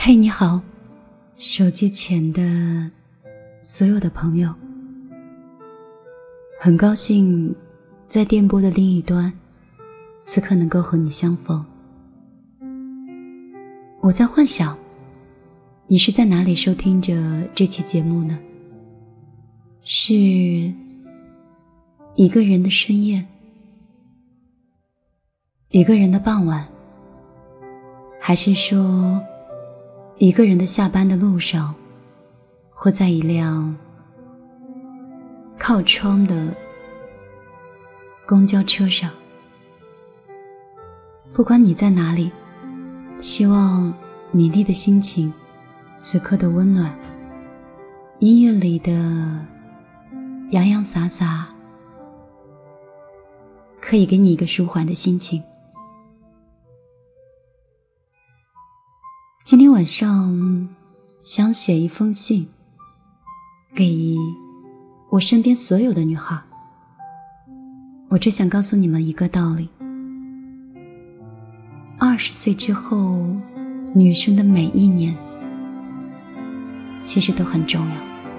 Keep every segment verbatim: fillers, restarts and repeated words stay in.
嘿，你好，手机前的所有的朋友，很高兴在电波的另一端，此刻能够和你相逢。我在幻想，你是在哪里收听着这期节目呢？是一个人的深夜，一个人的傍晚，还是说一个人的下班的路上，或在一辆靠窗的公交车上？不管你在哪里，希望你丽的心情，此刻的温暖，音乐里的洋洋洒洒，可以给你一个舒缓的心情。今天晚上想写一封信给我身边所有的女孩，我只想告诉你们一个道理：二十岁之后，女生的每一年其实都很重要。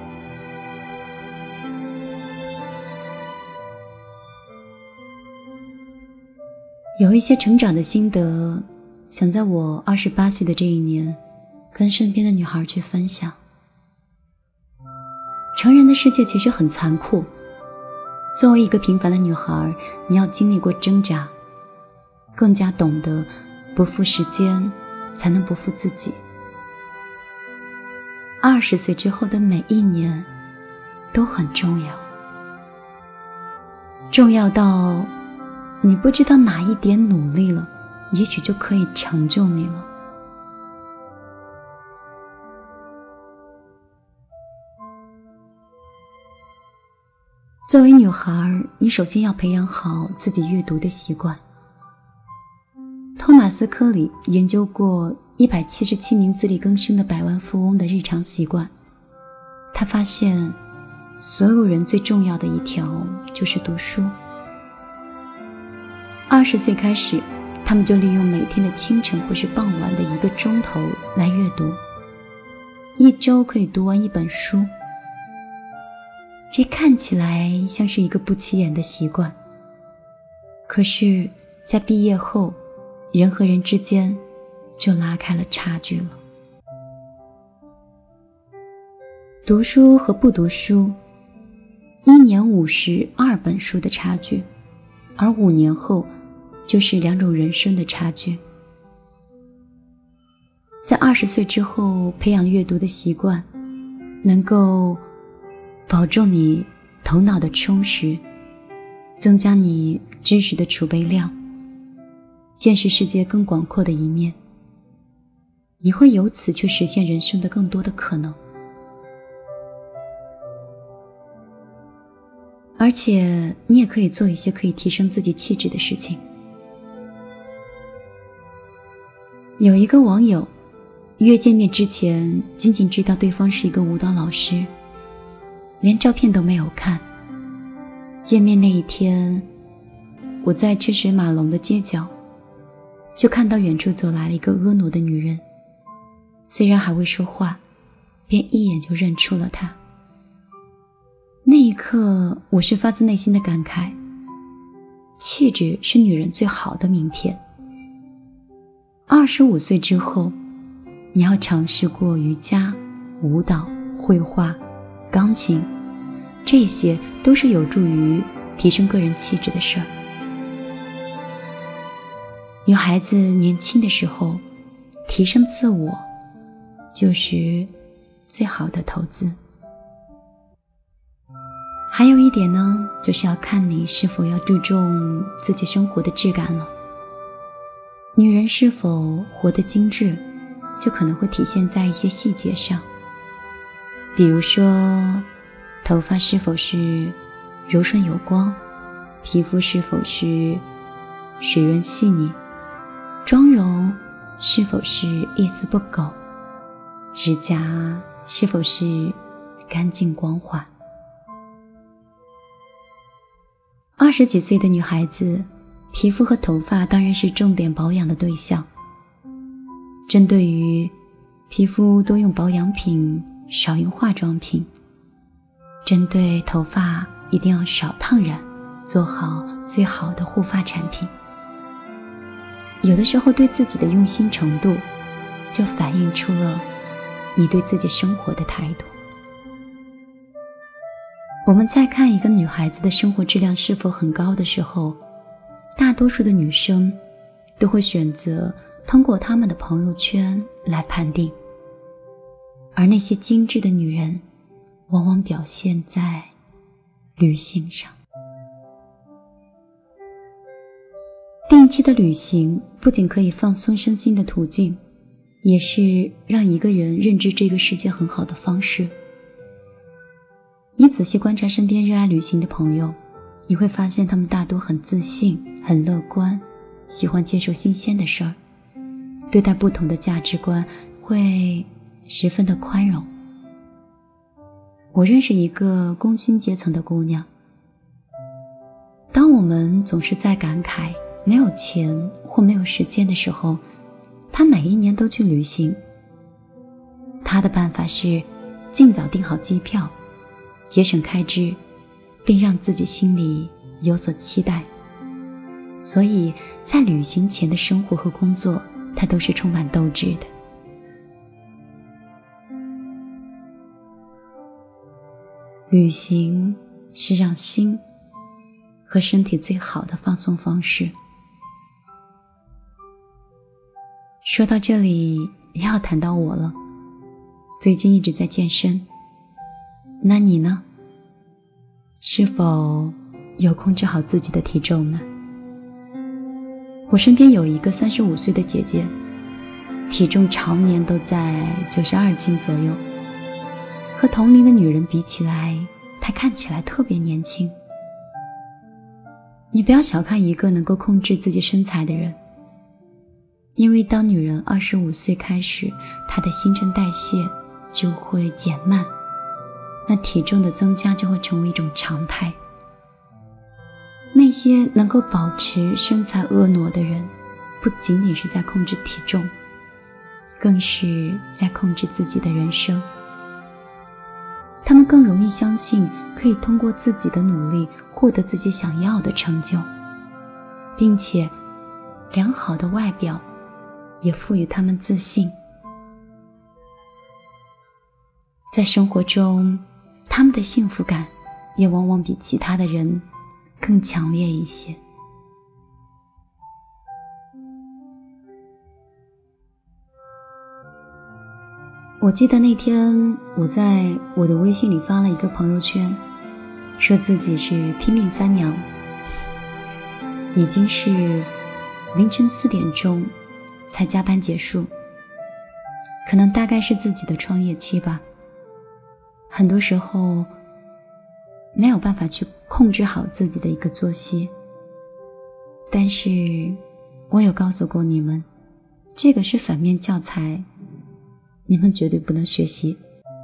有一些成长的心得，想在我二十八岁的这一年跟身边的女孩去分享。成人的世界其实很残酷，作为一个平凡的女孩，你要经历过挣扎，更加懂得不负时间才能不负自己。二十岁之后的每一年都很重要，重要到你不知道哪一点努力了，也许就可以成就你了。作为女孩，你首先要培养好自己阅读的习惯。托马斯·科里研究过一百七十七名自力更生的百万富翁的日常习惯，他发现所有人最重要的一条就是读书。二十岁开始，他们就利用每天的清晨或是傍晚的一个钟头来阅读，一周可以读完一本书。这看起来像是一个不起眼的习惯，可是在毕业后，人和人之间就拉开了差距了。读书和不读书，一年五十二本书的差距，而五年后就是两种人生的差距。在二十岁之后培养阅读的习惯，能够保证你头脑的充实，增加你知识的储备量，见识世界更广阔的一面，你会由此去实现人生的更多的可能。而且你也可以做一些可以提升自己气质的事情。有一个网友约见面之前仅仅知道对方是一个舞蹈老师，连照片都没有看。见面那一天，我在车水马龙的街角，就看到远处走来了一个婀娜的女人，虽然还未说话，便一眼就认出了她。那一刻，我是发自内心的感慨，气质是女人最好的名片。二十五岁之后，你要尝试过瑜伽、舞蹈、绘画、钢琴，这些都是有助于提升个人气质的事儿。女孩子年轻的时候，提升自我就是最好的投资。还有一点呢，就是要看你是否要注重自己生活的质感了。女人是否活得精致，就可能会体现在一些细节上，比如说头发是否是柔顺有光，皮肤是否是水润细腻，妆容是否是一丝不苟，指甲是否是干净光滑。二十几岁的女孩子，皮肤和头发当然是重点保养的对象。针对于皮肤多用保养品，少用化妆品。针对头发一定要少烫染，做好最好的护发产品。有的时候对自己的用心程度，就反映出了你对自己生活的态度。我们在看一个女孩子的生活质量是否很高的时候，大多数的女生都会选择通过她们的朋友圈来判定，而那些精致的女人往往表现在旅行上。定期的旅行不仅可以放松身心的途径，也是让一个人认知这个世界很好的方式。你仔细观察身边热爱旅行的朋友，你会发现他们大多很自信，很乐观，喜欢接受新鲜的事儿，对待不同的价值观会十分的宽容。我认识一个工薪阶层的姑娘，当我们总是在感慨没有钱或没有时间的时候，她每一年都去旅行。她的办法是尽早订好机票，节省开支，并让自己心里有所期待。所以在旅行前的生活和工作，她都是充满斗志的。旅行是让心和身体最好的放松方式。说到这里要谈到我了，最近一直在健身，那你呢？是否有控制好自己的体重呢？我身边有一个三十五岁的姐姐，体重常年都在九十二斤左右，和同龄的女人比起来，她看起来特别年轻。你不要小看一个能够控制自己身材的人，因为当女人二十五岁开始，她的新陈代谢就会减慢，那体重的增加就会成为一种常态。那些能够保持身材婀娜的人，不仅仅是在控制体重，更是在控制自己的人生。他们更容易相信可以通过自己的努力获得自己想要的成就，并且良好的外表也赋予他们自信。在生活中，他们的幸福感也往往比其他的人更强烈一些。我记得那天我在我的微信里发了一个朋友圈，说自己是拼命三娘，已经是凌晨四点钟才加班结束，可能大概是自己的创业期吧。很多时候没有办法去控制好自己的一个作息，但是我有告诉过你们，这个是反面教材，你们绝对不能学习。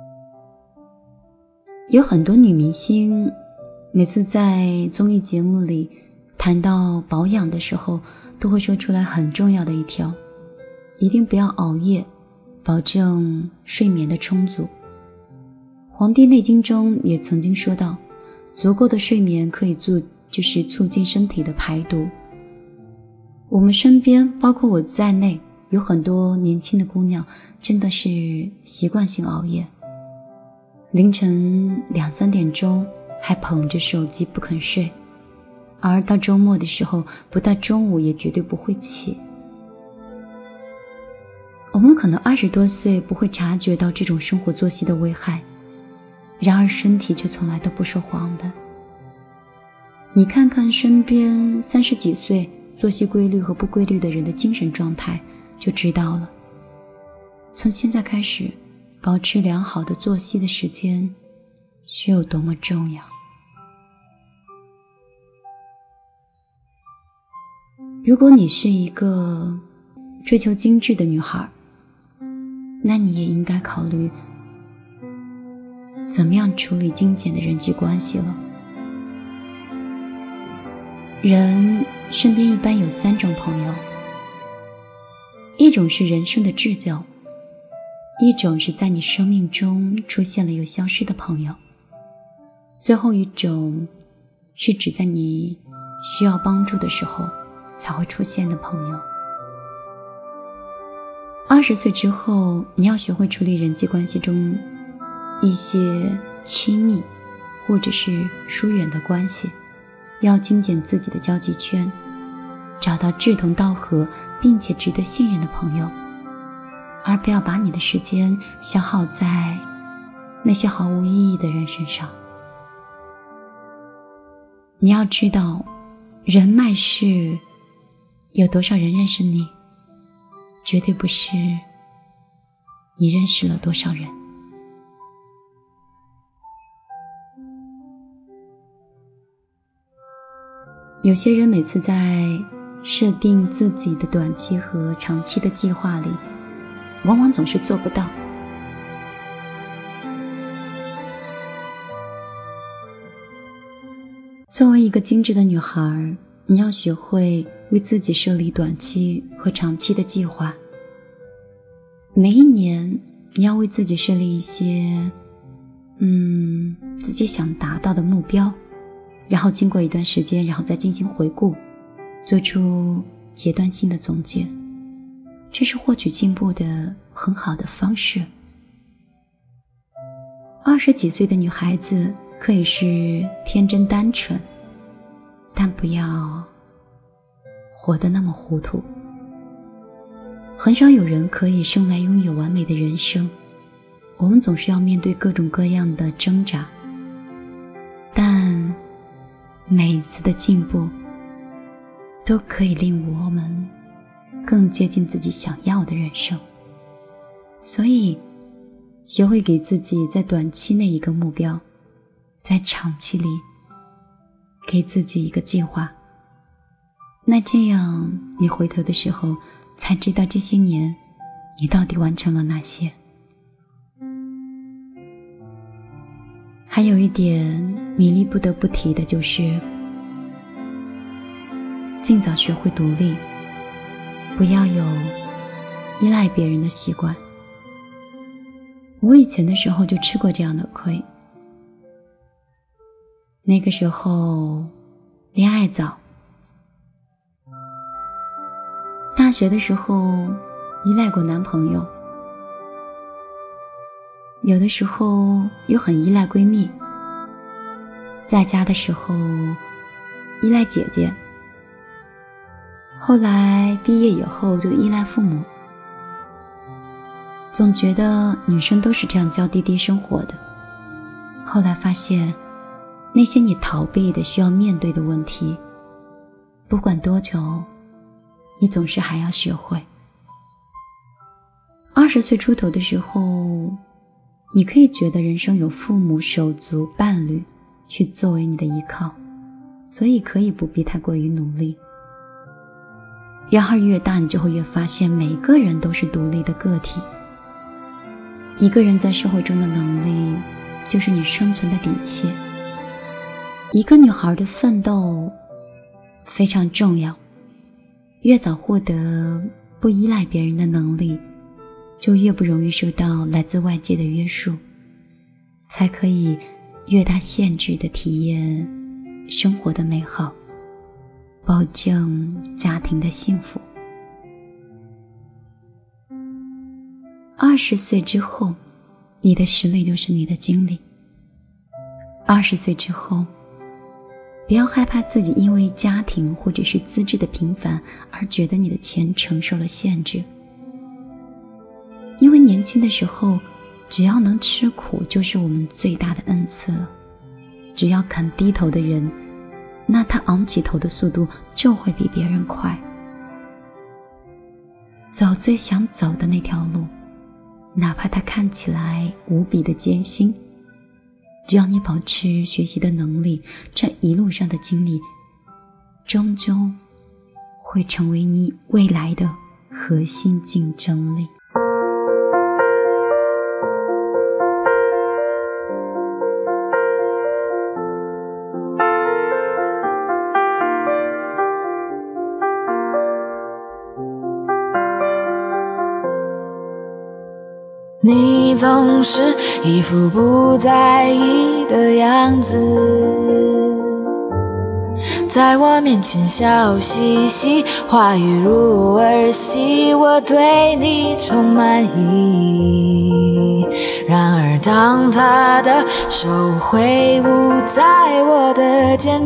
有很多女明星每次在综艺节目里谈到保养的时候，都会说出来很重要的一条，一定不要熬夜，保证睡眠的充足。黄帝内经中也曾经说到，足够的睡眠可以做就是促进身体的排毒。我们身边包括我在内，有很多年轻的姑娘真的是习惯性熬夜，凌晨两三点钟还捧着手机不肯睡，而到周末的时候，不到中午也绝对不会起。我们可能二十多岁不会察觉到这种生活作息的危害，然而身体却从来都不说谎的。你看看身边三十几岁作息规律和不规律的人的精神状态，就知道了。从现在开始，保持良好的作息的时间是有多么重要。如果你是一个追求精致的女孩，那你也应该考虑怎么样处理精简的人际关系了。人身边一般有三种朋友，一种是人生的至交， 一种是在你生命中出现了又消失的朋友，最后一种是指在你需要帮助的时候才会出现的朋友。二十岁之后，你要学会处理人际关系中一些亲密或者是疏远的关系，要精简自己的交际圈，找到志同道合并且值得信任的朋友，而不要把你的时间消耗在那些毫无意义的人身上。你要知道，人脉是有多少人认识你，绝对不是你认识了多少人。有些人每次在设定自己的短期和长期的计划里，往往总是做不到。作为一个精致的女孩，你要学会为自己设立短期和长期的计划。每一年你要为自己设立一些嗯，自己想达到的目标，然后经过一段时间，然后再进行回顾，做出阶段性的总结，这是获取进步的很好的方式。二十几岁的女孩子可以是天真单纯，但不要活得那么糊涂。很少有人可以生来拥有完美的人生，我们总是要面对各种各样的挣扎，但每一次的进步都可以令我们更接近自己想要的人生。所以学会给自己在短期内一个目标，在长期里给自己一个计划，那这样你回头的时候才知道这些年你到底完成了哪些。还有一点米粒不得不提的就是，尽早学会独立，不要有依赖别人的习惯。我以前的时候就吃过这样的亏。那个时候恋爱早，大学的时候依赖过男朋友，有的时候又很依赖闺蜜，在家的时候依赖姐姐，后来毕业以后就依赖父母。总觉得女生都是这样娇滴滴生活的，后来发现那些你逃避的需要面对的问题，不管多久你总是还要学会。二十岁出头的时候，你可以觉得人生有父母、手足、伴侣去作为你的依靠，所以可以不必太过于努力。然而越大，你就会越发现每个人都是独立的个体，一个人在社会中的能力就是你生存的底气。一个女孩的奋斗非常重要，越早获得不依赖别人的能力，就越不容易受到来自外界的约束，才可以越大限制地体验生活的美好，保证家庭的幸福。二十岁之后，你的实力就是你的精力。二十岁之后，不要害怕自己因为家庭或者是资质的平凡而觉得你的前程受了限制。因为年轻的时候，只要能吃苦就是我们最大的恩赐了。只要肯低头的人，那他昂起头的速度就会比别人快。走最想走的那条路，哪怕它看起来无比的艰辛，只要你保持学习的能力，这一路上的经历终究会成为你未来的核心竞争力。 你总是一副不在意的样子，在我面前笑嘻嘻，话语如儿戏，我对你充满疑。然而当他的手挥舞在我的肩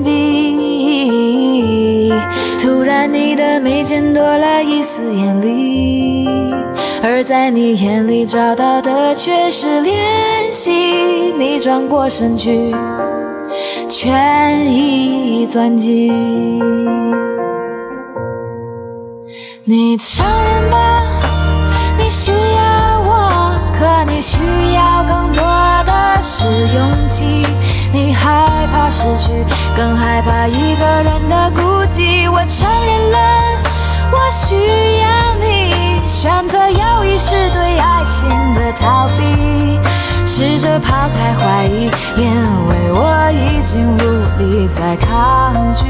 臂，突然你的眉间多了一丝艳丽，而在你眼里找到的却是怜惜。你转过身去，权宜钻进你承认吧，你需要我，可你需要更多的是勇气。你害怕失去，更害怕一个人的孤寂。我承认了，我需要你，选择犹豫是对爱情的逃避，试着抛开怀疑，因为我已经无力再抗拒。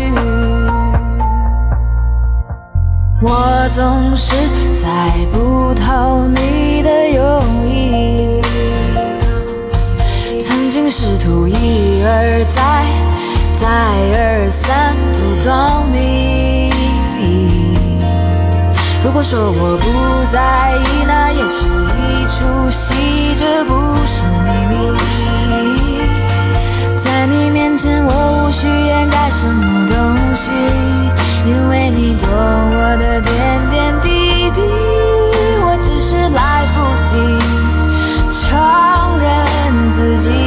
我总是猜不透你的用意，曾经试图一而再再而三读懂你。如果说我不在意，那也是一出戏，这不是秘密。在你面前我无需掩盖什么东西，因为你懂我的点点滴滴，我只是来不及承认自己。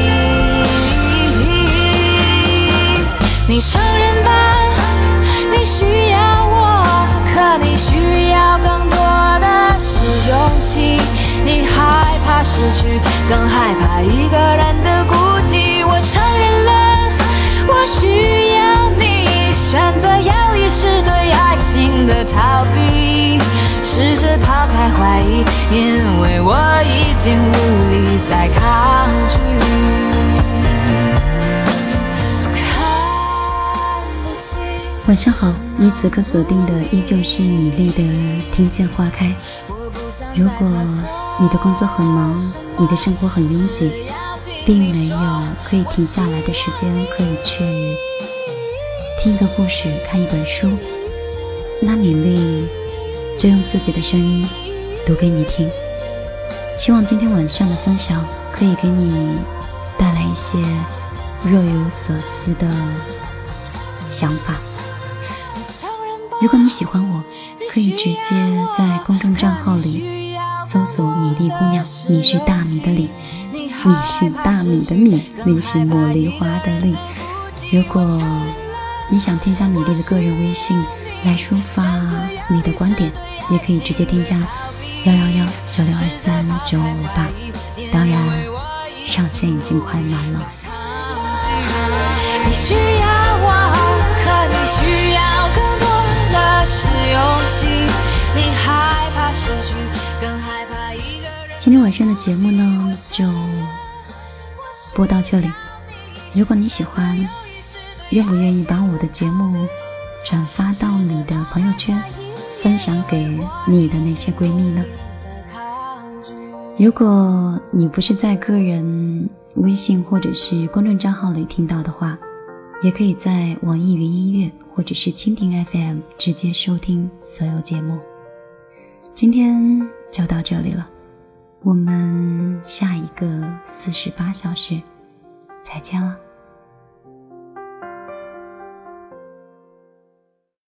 你承认吧，你需要我，可你需要更多的是勇气。你害怕失去，更害怕一个人的孤寂。我承认了，我需要你，选择犹豫是对爱情的逃避，试着抛开怀疑，因为我已经无力再抗拒。 晚上好，你此刻锁定的依旧是米粒的听见花开。如果你的工作很忙，你的生活很拥挤，并没有可以停下来的时间可以去听一个故事，看一本书，那米粒就用自己的声音读给你听。希望今天晚上的分享可以给你带来一些若有所思的想法。如果你喜欢我，可以直接在公众账号里搜索米粒姑娘，米是大米的米，米是大米的米，粒是茉莉花的粒。如果你想添加米粒的个人微信来抒发你的观点，也可以直接添加幺幺幺九六二三九五八，当然上线已经快满了。 你需要我，可你需要更多的是勇气。你害怕失去，更害怕一个人。 今天晚上的节目呢，就播到这里。如果你喜欢，愿不愿意把我的节目转发到你的朋友圈，分享给你的那些闺蜜呢？如果你不是在个人微信或者是公众账号里听到的话，也可以在网易云音乐或者是蜻蜓 F M 直接收听所有节目。今天就到这里了，我们下一个四十八小时再见了。